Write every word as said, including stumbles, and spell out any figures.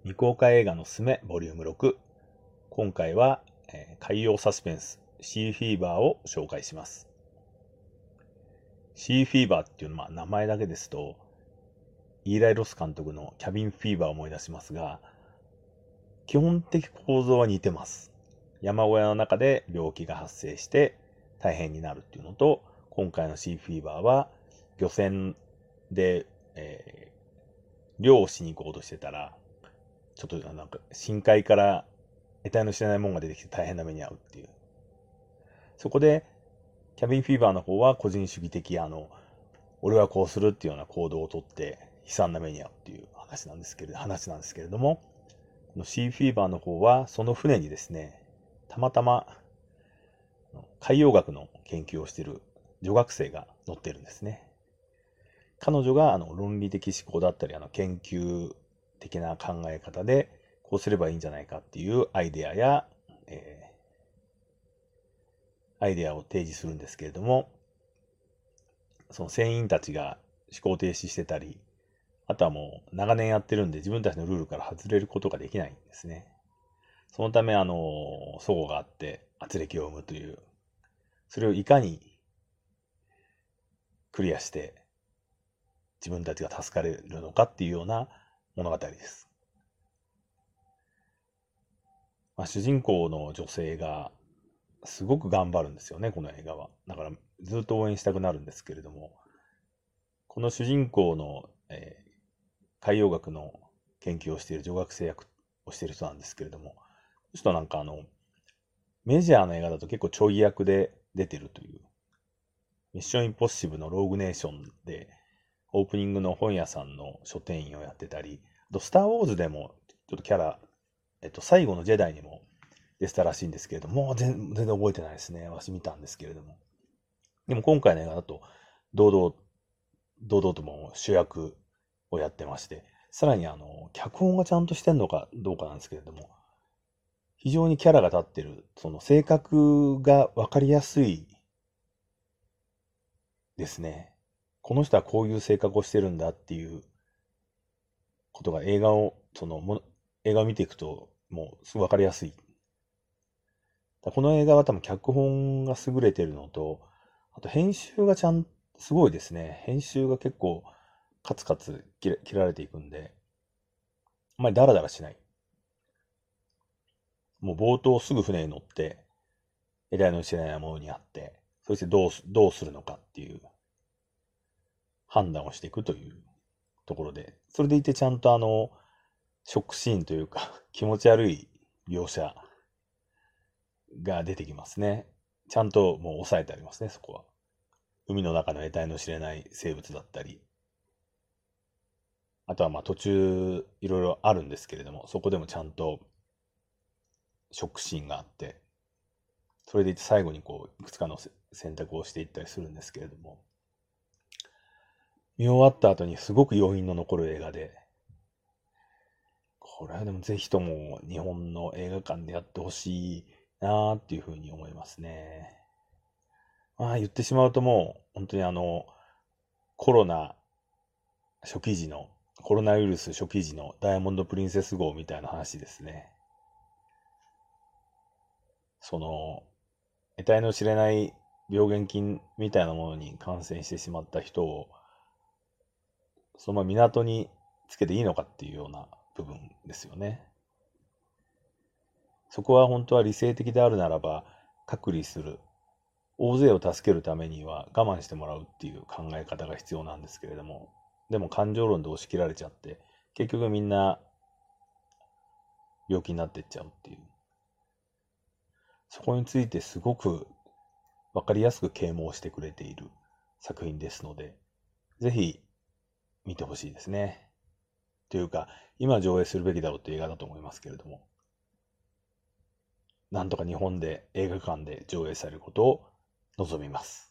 未公開映画のすすめボリュームろく。今回は、えー海洋サスペンスシーフィーバーを紹介します。シーフィーバーっていうのは名前だけですとイーライ・ロス監督のキャビンフィーバーを思い出しますが、基本的構造は似てます。山小屋の中で病気が発生して大変になるっていうのと、今回のシーフィーバーは漁船で、えー漁をしに行こうとしてたら、ちょっとなんか深海から得体の知れないものが出てきて大変な目に遭うっていう。そこで、キャビンフィーバーの方は個人主義的、あの、俺はこうするっていうような行動をとって悲惨な目に遭うっていう話なんですけれど、話なんですけれども、このシーフィーバーの方はその船にですね、たまたま海洋学の研究をしている女学生が乗っているんですね。彼女があの論理的思考だったり、あの研究的な考え方でこうすればいいんじゃないかっていうアイデアや、えーアイデアを提示するんですけれども、その船員たちが思考停止してたり、あとはもう長年やってるんで自分たちのルールから外れることができないんですね。そのため、あの、齟齬があって圧力を生むという、それをいかにクリアして自分たちが助かれるのかっていうような物語です。まあ、主人公の女性がすごく頑張るんですよね、この映画は。だからずっと応援したくなるんですけれども、この主人公の、えー海洋学の研究をしている女学生役をしている人なんですけれども、この人なんかあの、メジャーの映画だと結構ちょい役で出てるという、ミッションインポッシブルのローグネーションで、オープニングの本屋さんの書店員をやってたり、あと、スター・ウォーズでも、ちょっとキャラ、えっと、最後のジェダイにも出てたらしいんですけれども、もう全全然覚えてないですね。私見たんですけれども。でも今回の映画だと、堂々、堂々とも主役をやってまして、さらにあの、脚本がちゃんとしてんのかどうかなんですけれども、非常にキャラが立ってる、その性格がわかりやすいですね。この人はこういう性格をしてるんだっていうことが映画を、そのも、映画を見ていくと、もうすぐわかりやすい。この映画は多分脚本が優れてるのと、あと編集がちゃん、すごいですね。編集が結構カツカツ切ら切られていくんで、あんまりダラダラしない。もう冒頭すぐ船に乗って、得体の知れないものにあって、そしてどうす、どうするのかっていう判断をしていくというところで、それでいてちゃんとあの、ショックシーンというか、気持ち悪い描写が出てきますね。ちゃんともう抑えてありますね、そこは。海の中の得体の知れない生物だったり、あとはまあ途中いろいろあるんですけれども、そこでもちゃんとショックシーンがあって、それでいて最後にこう、いくつかの選択をしていったりするんですけれども、見終わった後にすごく余韻の残る映画で、これはでもぜひとも日本の映画館でやってほしいなーっていうふうに思いますね。まあ言ってしまうともう本当にあのコロナ初期時の、コロナウイルス初期時のダイヤモンドプリンセス号みたいな話ですね。その、得体の知れない病原菌みたいなものに感染してしまった人を、そのまま港につけていいのかっていうような部分ですよね。そこは本当は理性的であるならば、隔離する。大勢を助けるためには我慢してもらうっていう考え方が必要なんですけれども、でも感情論で押し切られちゃって、結局みんな病気になっていっちゃうっていう。そこについてすごくわかりやすく啓蒙してくれている作品ですので、ぜひ見てほしいですね。というか、今上映するべきだろうっていう映画だと思いますけれども、なんとか日本で映画館で上映されることを望みます。